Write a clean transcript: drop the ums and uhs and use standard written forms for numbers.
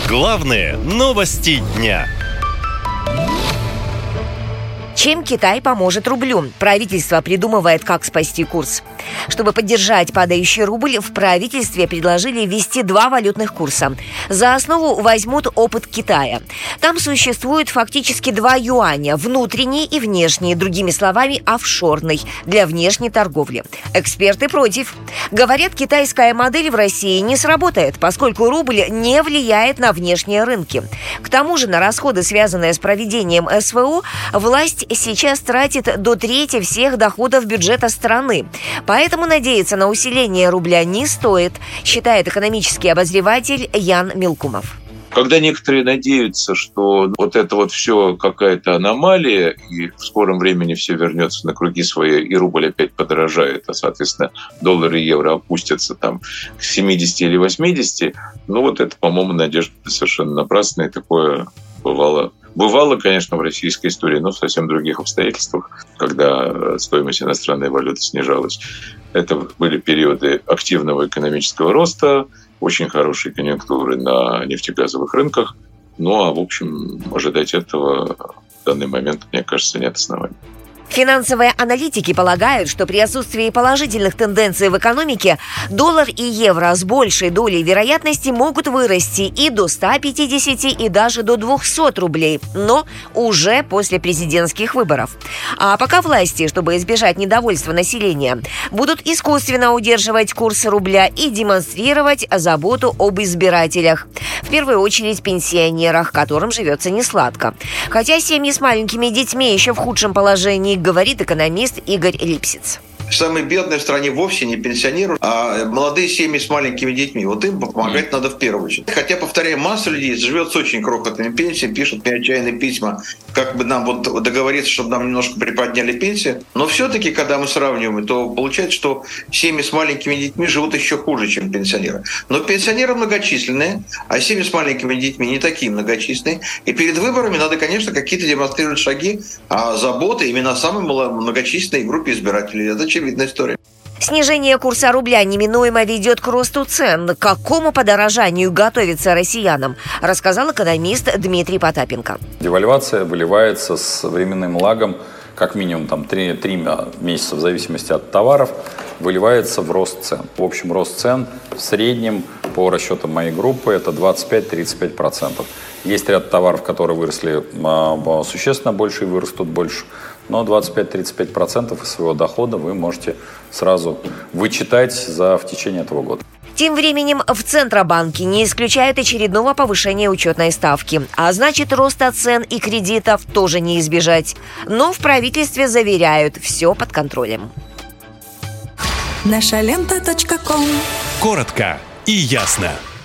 Главные новости дня. Чем Китай поможет рублю? Правительство придумывает, как спасти курс. Чтобы поддержать падающий рубль, в правительстве предложили ввести 2 валютных курса. За основу возьмут опыт Китая. Там существует фактически 2 юаня – внутренний и внешний, другими словами, офшорный, для внешней торговли. Эксперты против. Говорят, китайская модель в России не сработает, поскольку рубль не влияет на внешние рынки. К тому же на расходы, связанные с проведением СВО, власть сейчас тратит до трети всех доходов бюджета страны. Поэтому надеяться на усиление рубля не стоит, считает экономический обозреватель Ян Милкумов. Когда некоторые надеются, что вот это вот все какая-то аномалия, и в скором времени все вернется на круги свои, и рубль опять подорожает, а, соответственно, доллар и евро опустятся там к 70 или 80, вот это, по-моему, надежда совершенно напрасная, такое бывало. Бывало, конечно, в российской истории, но в совсем других обстоятельствах, когда стоимость иностранной валюты снижалась. Это были периоды активного экономического роста, очень хорошей конъюнктуры на нефтегазовых рынках. В общем, ожидать этого в данный момент, мне кажется, нет оснований. Финансовые аналитики полагают, что при отсутствии положительных тенденций в экономике доллар и евро с большей долей вероятности могут вырасти и до 150, и даже до 200 рублей, но уже после президентских выборов. А пока власти, чтобы избежать недовольства населения, будут искусственно удерживать курс рубля и демонстрировать заботу об избирателях. В первую очередь пенсионерах, которым живется несладко. Хотя семьи с маленькими детьми еще в худшем положении, говорит экономист Игорь Липсиц. Самые бедные в стране вовсе не пенсионеры, а молодые семьи с маленькими детьми. Вот им помогать надо в первую очередь. Хотя, повторяю, масса людей живет с очень крохотными пенсиями, пишут мне отчаянные письма, как бы нам вот договориться, чтобы нам немножко приподняли пенсии. Но все-таки, когда мы сравниваем, то получается, что семьи с маленькими детьми живут еще хуже, чем пенсионеры. Но пенсионеры многочисленные, а семьи с маленькими детьми не такие многочисленные. И перед выборами надо, конечно, какие-то демонстрировать шаги, заботы именно самой многочисленной группе избирателей. Это очевидная история. Снижение курса рубля неминуемо ведет к росту цен. К какому подорожанию готовится россиянам, рассказал экономист Дмитрий Потапенко. Девальвация выливается с временным лагом, как минимум 3 месяца, в зависимости от товаров, выливается в рост цен. В общем, рост цен в среднем, по расчетам моей группы, это 25-35%. Есть ряд товаров, которые выросли существенно больше и вырастут больше. Но 25-35% из своего дохода вы можете сразу вычитать в течение этого года. Тем временем в Центробанке не исключают очередного повышения учетной ставки. А значит, роста цен и кредитов тоже не избежать. Но в правительстве заверяют, все под контролем. Нашалента.ком. Коротко и ясно.